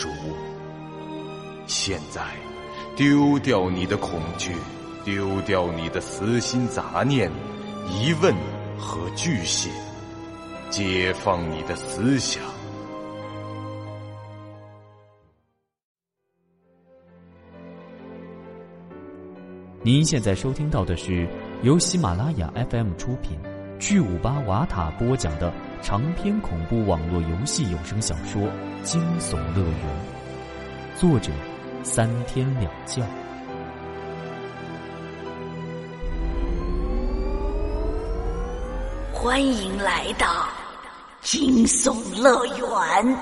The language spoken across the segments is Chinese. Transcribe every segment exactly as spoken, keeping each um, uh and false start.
属。现在，丢掉你的恐惧，丢掉你的私心杂念、疑问和惧心，解放你的思想。 您现在收听到的是由喜马拉雅 F M 出品，巨五八瓦塔播讲的长篇恐怖网络游戏有声小说《惊悚乐园》，作者三天两觉。 欢迎来到惊悚乐园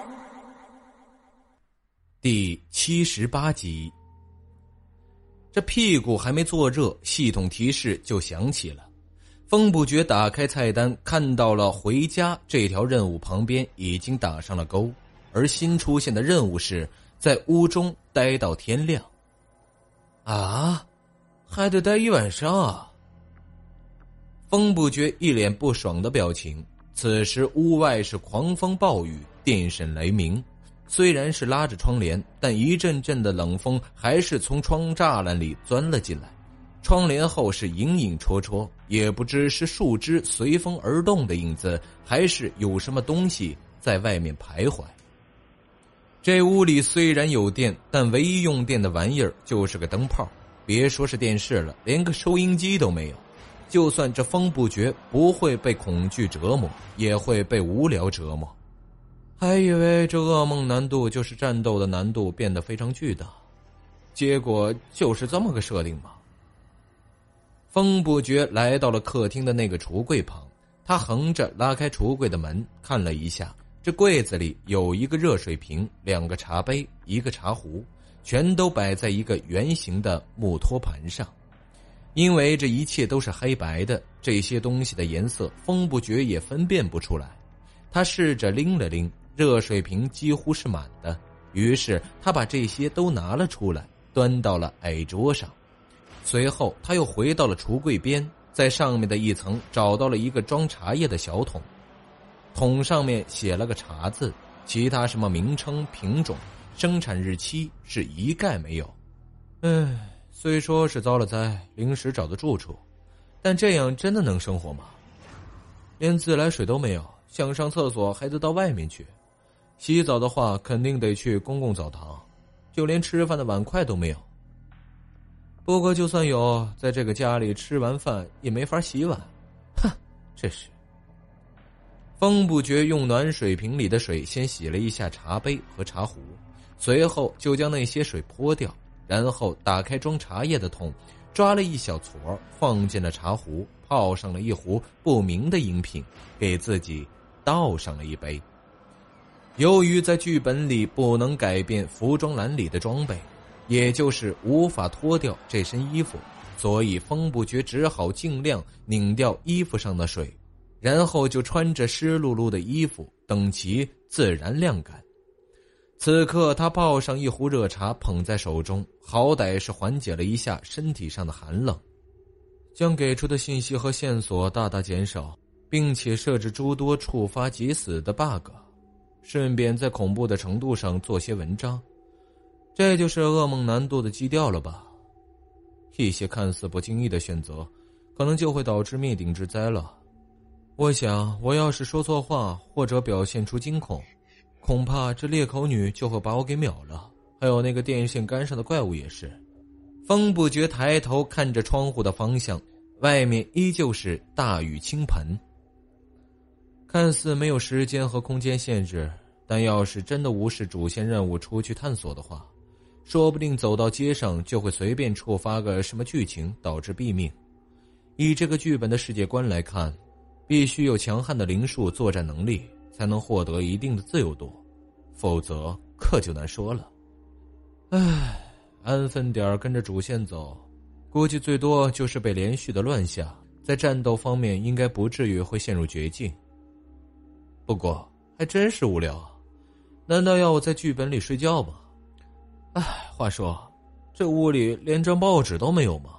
第七十八集。这屁股还没坐热，系统提示就响起了。风不觉打开菜单，看到了回家这条任务旁边已经打上了勾，而新出现的任务是在屋中待到天亮。啊，还得待一晚上啊！风不觉一脸不爽的表情。此时屋外是狂风暴雨，电闪雷鸣。虽然是拉着窗帘，但一阵阵的冷风还是从窗栅栏里钻了进来。窗帘后是影影绰绰，也不知是树枝随风而动的影子，还是有什么东西在外面徘徊。这屋里虽然有电，但唯一用电的玩意儿就是个灯泡，别说是电视了，连个收音机都没有。就算这风不觉不会被恐惧折磨，也会被无聊折磨。还以为这噩梦难度就是战斗的难度变得非常巨大，结果就是这么个设定吗？风不觉来到了客厅的那个橱柜旁，他横着拉开橱柜的门，看了一下，这柜子里有一个热水瓶、两个茶杯、一个茶壶，全都摆在一个圆形的木托盘上。因为这一切都是黑白的，这些东西的颜色风不觉也分辨不出来。他试着拎了拎，热水瓶几乎是满的，于是他把这些都拿了出来，端到了矮桌上。随后他又回到了橱柜边，在上面的一层找到了一个装茶叶的小桶，桶上面写了个茶字，其他什么名称、品种、生产日期是一概没有。唉，虽说是遭了灾，临时找的住处，但这样真的能生活吗？连自来水都没有，想上厕所还得到外面去，洗澡的话肯定得去公共澡堂，就连吃饭的碗筷都没有。不过就算有，在这个家里吃完饭也没法洗碗。哼，这是。风不觉用暖水瓶里的水先洗了一下茶杯和茶壶，随后就将那些水泼掉，然后打开装茶叶的桶，抓了一小撮放进了茶壶，泡上了一壶不明的饮品，给自己倒上了一杯。由于在剧本里不能改变服装栏里的装备，也就是无法脱掉这身衣服，所以风不觉只好尽量拧掉衣服上的水，然后就穿着湿漉漉的衣服，等其自然晾干。此刻他泡上一壶热茶捧在手中，好歹是缓解了一下身体上的寒冷，将给出的信息和线索大大减少，并且设置诸多触发即死的 bug， 顺便在恐怖的程度上做些文章。这就是噩梦难度的基调了吧？一些看似不经意的选择，可能就会导致灭顶之灾了。我想，我要是说错话或者表现出惊恐，恐怕这裂口女就会把我给秒了，还有那个电线杆上的怪物也是。风不觉抬头看着窗户的方向，外面依旧是大雨倾盆。看似没有时间和空间限制，但要是真的无视主线任务出去探索的话，说不定走到街上就会随便触发个什么剧情导致毙命。以这个剧本的世界观来看，必须有强悍的灵术作战能力，才能获得一定的自由度，否则可就难说了。唉，安分点跟着主线走，估计最多就是被连续的乱下，在战斗方面应该不至于会陷入绝境。不过还真是无聊，难道要我在剧本里睡觉吗？唉，话说这屋里连张报纸都没有吗？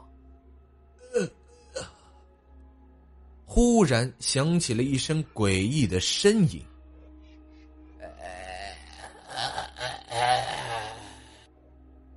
忽然响起了一声诡异的呻吟。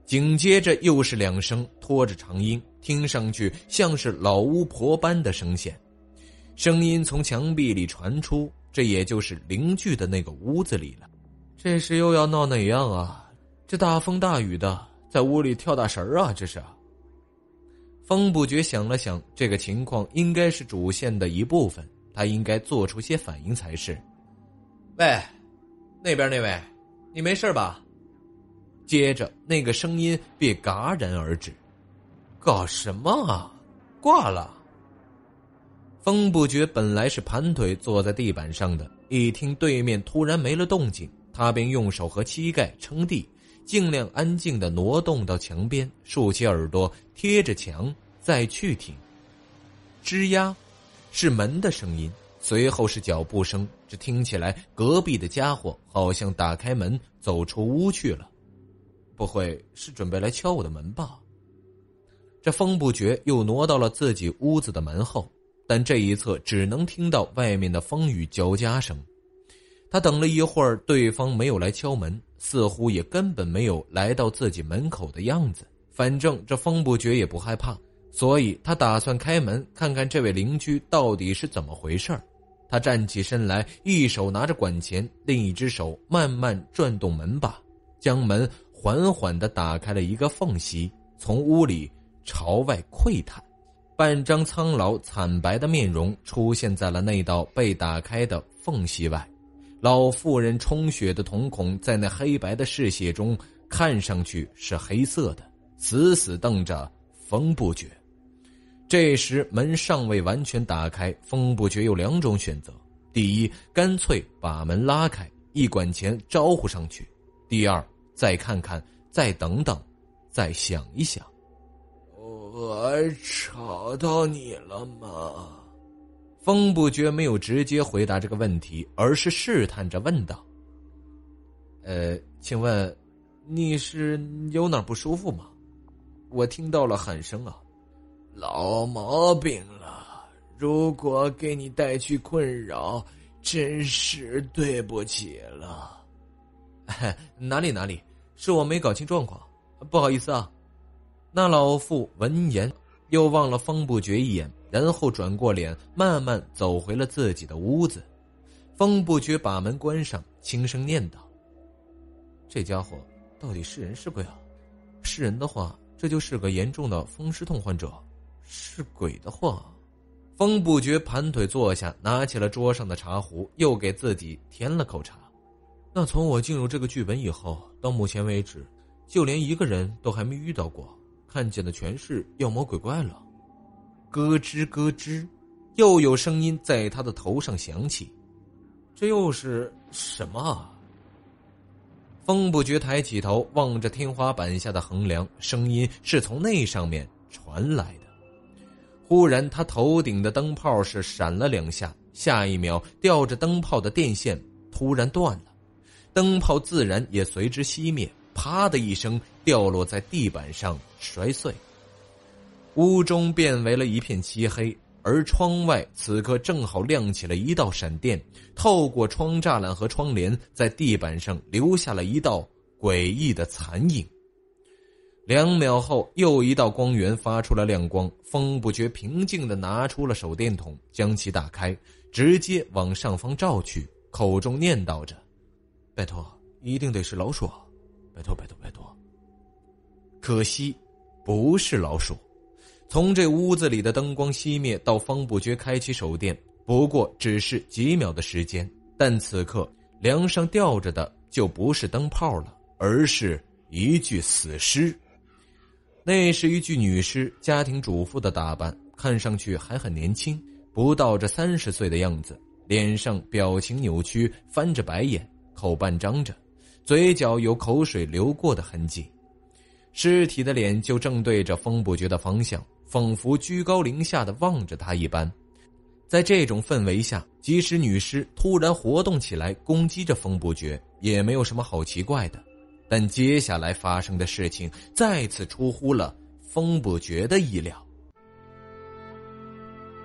紧接着又是两声拖着长音，听上去像是老巫婆般的声线。声音从墙壁里传出，这也就是邻居的那个屋子里了。这是又要闹哪样啊？这大风大雨的，在屋里跳大神啊，这是。风不觉想了想，这个情况应该是主线的一部分，他应该做出些反应才是。喂，那边那位，你没事吧？接着那个声音便戛然而止。搞什么啊？挂了。风不觉本来是盘腿坐在地板上的，一听对面突然没了动静，他便用手和膝盖撑地，尽量安静地挪动到墙边，竖起耳朵贴着墙再去听。吱呀，是门的声音，随后是脚步声，这听起来隔壁的家伙好像打开门走出屋去了。不会是准备来敲我的门吧？这风不觉又挪到了自己屋子的门后，但这一侧只能听到外面的风雨交加声。他等了一会儿，对方没有来敲门，似乎也根本没有来到自己门口的样子。反正这风不觉也不害怕，所以他打算开门看看这位邻居到底是怎么回事。他站起身来，一手拿着管钳，另一只手慢慢转动门把，将门缓缓地打开了一个缝隙，从屋里朝外窥探。半张苍老惨白的面容出现在了那道被打开的缝隙外，老妇人充血的瞳孔在那黑白的视线中看上去是黑色的，死死瞪着风不觉。这时门尚未完全打开，风不觉有两种选择：第一，干脆把门拉开，一管钳招呼上去；第二，再看看，再等等，再想一想。 我吵到你了吗？ 风不觉没有直接回答这个问题，而是试探着问道：呃，请问你是有哪儿不舒服吗？我听到了喊声啊。 老毛病了，如果给你带去困扰，真是对不起了。 哪里哪里，是我没搞清状况，不好意思啊。那老妇闻言又望了风不觉一眼，然后转过脸慢慢走回了自己的屋子。风不觉把门关上，轻声念道：这家伙到底是人是鬼啊？是人的话，这就是个严重的风湿痛患者；是鬼的话……风不觉盘腿坐下，拿起了桌上的茶壶，又给自己添了口茶。那从我进入这个剧本以后，到目前为止，就连一个人都还没遇到过，看见的全是妖魔鬼怪了。咯吱咯吱，又有声音在他的头上响起。这又是什么啊？风不觉抬起头，望着天花板下的横梁，声音是从那上面传来的。忽然他头顶的灯泡是闪了两下，下一秒吊着灯泡的电线突然断了，灯泡自然也随之熄灭，啪的一声掉落在地板上摔碎。屋中变为了一片漆黑，而窗外此刻正好亮起了一道闪电，透过窗栅栏和窗帘，在地板上留下了一道诡异的残影。两秒后，又一道光源发出了亮光，风不觉平静地拿出了手电筒，将其打开，直接往上方照去，口中念叨着：拜托，一定得是老鼠啊，拜托拜托拜托。可惜不是老鼠。从这屋子里的灯光熄灭到风不觉开启手电，不过只是几秒的时间，但此刻梁上吊着的就不是灯泡了，而是一具死尸。那是一具女尸，家庭主妇的打扮，看上去还很年轻，不到这三十岁的样子，脸上表情扭曲，翻着白眼，口半张着，嘴角有口水流过的痕迹。尸体的脸就正对着风不觉的方向，仿佛居高临下的望着他一般。在这种氛围下，即使女尸突然活动起来攻击着风不觉，也没有什么好奇怪的。但接下来发生的事情再次出乎了风不觉的意料。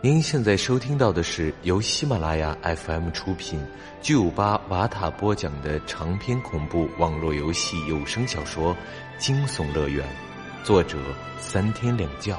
您现在收听到的是由喜马拉雅 F M 出品、巨五八瓦塔播讲的长篇恐怖网络游戏有声小说《惊悚乐园》，作者三天两觉。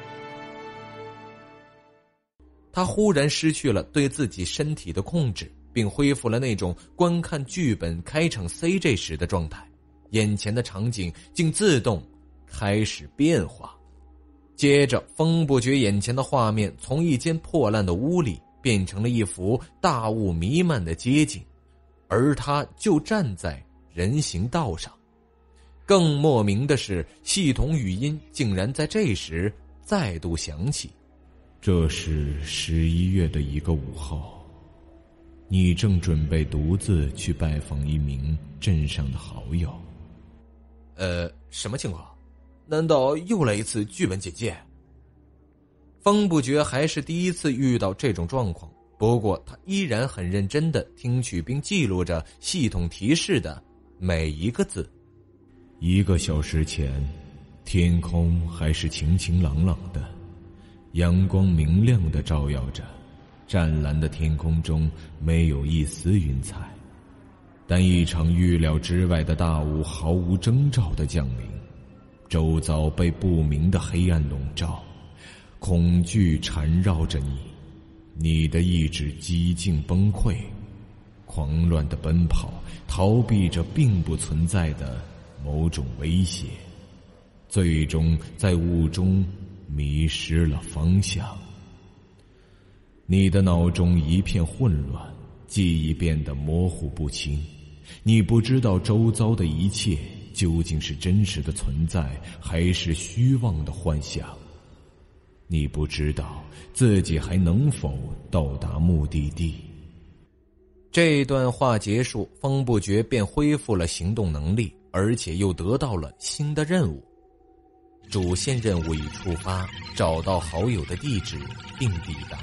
他忽然失去了对自己身体的控制，并恢复了那种观看剧本开场 C G 时的状态，眼前的场景竟自动开始变化。接着风不觉眼前的画面从一间破烂的屋里变成了一幅大雾弥漫的街景，而他就站在人行道上。更莫名的是，系统语音竟然在这时再度响起。 这是十一月的一个午后，你正准备独自去拜访一名镇上的好友。 呃，什么情况？难道又来一次剧本简介？风不觉还是第一次遇到这种状况，不过他依然很认真地听取并记录着系统提示的每一个字。 一个小时前，天空还是晴晴朗朗的，阳光明亮地照耀着，湛蓝的天空中没有一丝云彩，但一场预料之外的大雾毫无征兆地降临，周遭被不明的黑暗笼罩，恐惧缠绕着你，你的意志几近崩溃，狂乱地奔跑，逃避着并不存在的某种威胁，最终在雾中迷失了方向。你的脑中一片混乱，记忆变得模糊不清，你不知道周遭的一切究竟是真实的存在，还是虚妄的幻想。你不知道自己还能否到达目的地。 这段话结束，风不觉便恢复了行动能力，而且又得到了新的任务。主线任务已触发，找到好友的地址并抵达。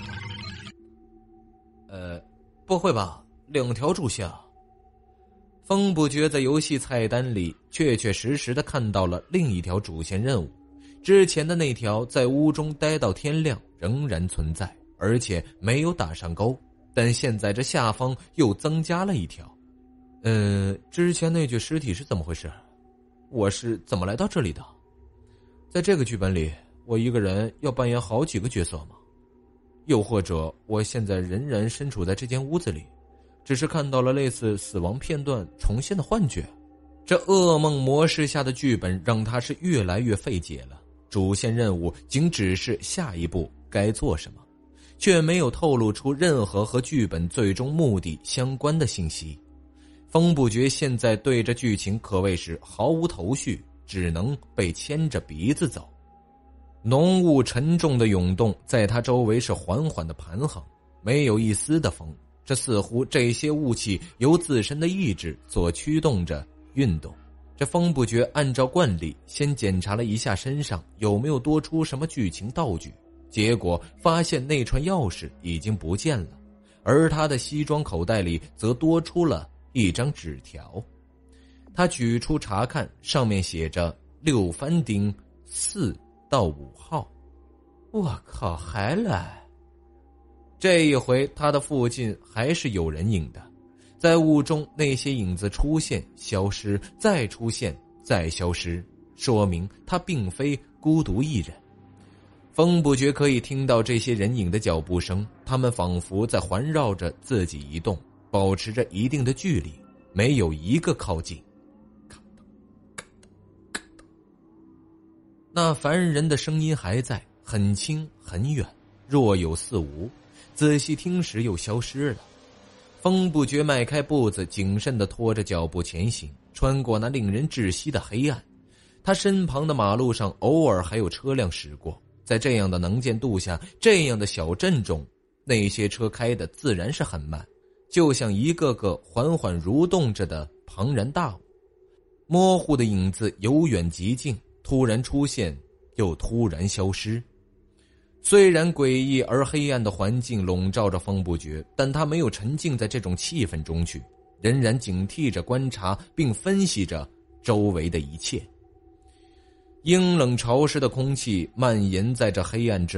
呃，不会吧，两条主线啊？风不觉在游戏菜单里确确实实地看到了另一条主线任务，之前的那条在屋中待到天亮仍然存在，而且没有打上勾，但现在这下方又增加了一条。嗯，之前那具尸体是怎么回事？我是怎么来到这里的？在这个剧本里，我一个人要扮演好几个角色吗？又或者我现在仍然身处在这间屋子里，只是看到了类似死亡片段重现的幻觉？这噩梦模式下的剧本让他是越来越费解了。主线任务仅指示下一步该做什么，却没有透露出任何和剧本最终目的相关的信息。风不觉现在对这剧情可谓是毫无头绪，只能被牵着鼻子走。浓雾沉重的涌动在他周围是缓缓的盘桓，没有一丝的风，这似乎这些雾气由自身的意志所驱动着运动。这风不觉按照惯例先检查了一下身上有没有多出什么剧情道具，结果发现那串钥匙已经不见了，而他的西装口袋里则多出了一张纸条。他取出查看，上面写着六番町四到五号。我靠，还来！这一回他的附近还是有人影的，在雾中那些影子出现消失，再出现再消失，说明他并非孤独一人。风不觉可以听到这些人影的脚步声，他们仿佛在环绕着自己移动，保持着一定的距离，没有一个靠近。那烦人的声音还在，很轻很远，若有似无，仔细听时又消失了。风不觉迈开步子，谨慎地拖着脚步前行，穿过那令人窒息的黑暗。他身旁的马路上偶尔还有车辆驶过，在这样的能见度下，这样的小镇中，那些车开的自然是很慢，就像一个个缓缓蠕动着的庞然大物。模糊的影子由远及近，突然出现又突然消失。虽然诡异而黑暗的环境笼罩着风不觉，但他没有沉浸在这种气氛中去，仍然警惕着观察并分析着周围的一切。阴冷潮湿的空气蔓延在这黑暗之海，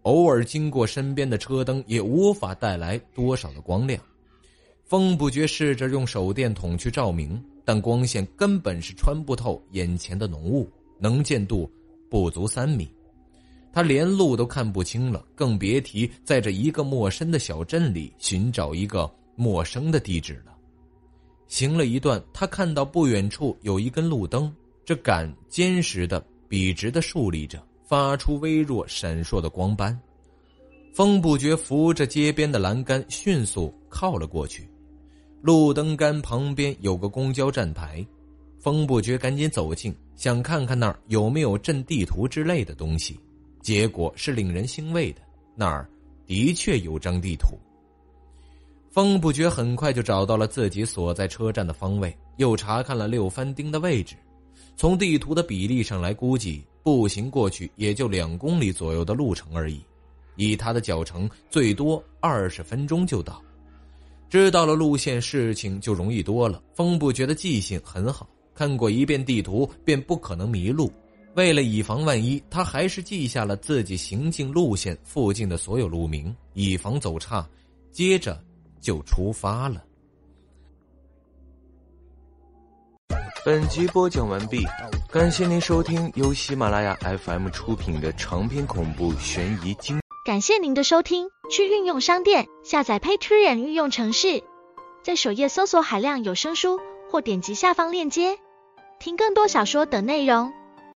偶尔经过身边的车灯也无法带来多少的光亮。风不觉试着用手电筒去照明，但光线根本是穿不透眼前的浓雾，能见度不足三米。他连路都看不清了，更别提在这一个陌生的小镇里寻找一个陌生的地址了。行了一段，他看到不远处有一根路灯，这杆坚实的笔直的竖立着，发出微弱闪烁的光斑。风不觉扶着街边的栏杆迅速靠了过去。路灯杆旁边有个公交站台，风不觉赶紧走近，想看看那儿有没有镇地图之类的东西。结果是令人欣慰的，那儿的确有张地图。风不觉很快就找到了自己所在车站的方位，又查看了六番町的位置。从地图的比例上来估计，步行过去也就两公里左右的路程而已，以他的脚程最多二十分钟就到。知道了路线，事情就容易多了。风不觉的记性很好，看过一遍地图便不可能迷路。为了以防万一，他还是记下了自己行进路线附近的所有路名，以防走岔，接着就出发了。 本集播讲完毕，感谢您收听由喜马拉雅 F M 出品的长篇恐怖悬疑惊。 感谢您的收听，去应用商店下载 Patreon 运用程式，在首页搜索海量有声书，或点击下方链接听更多小说等内容。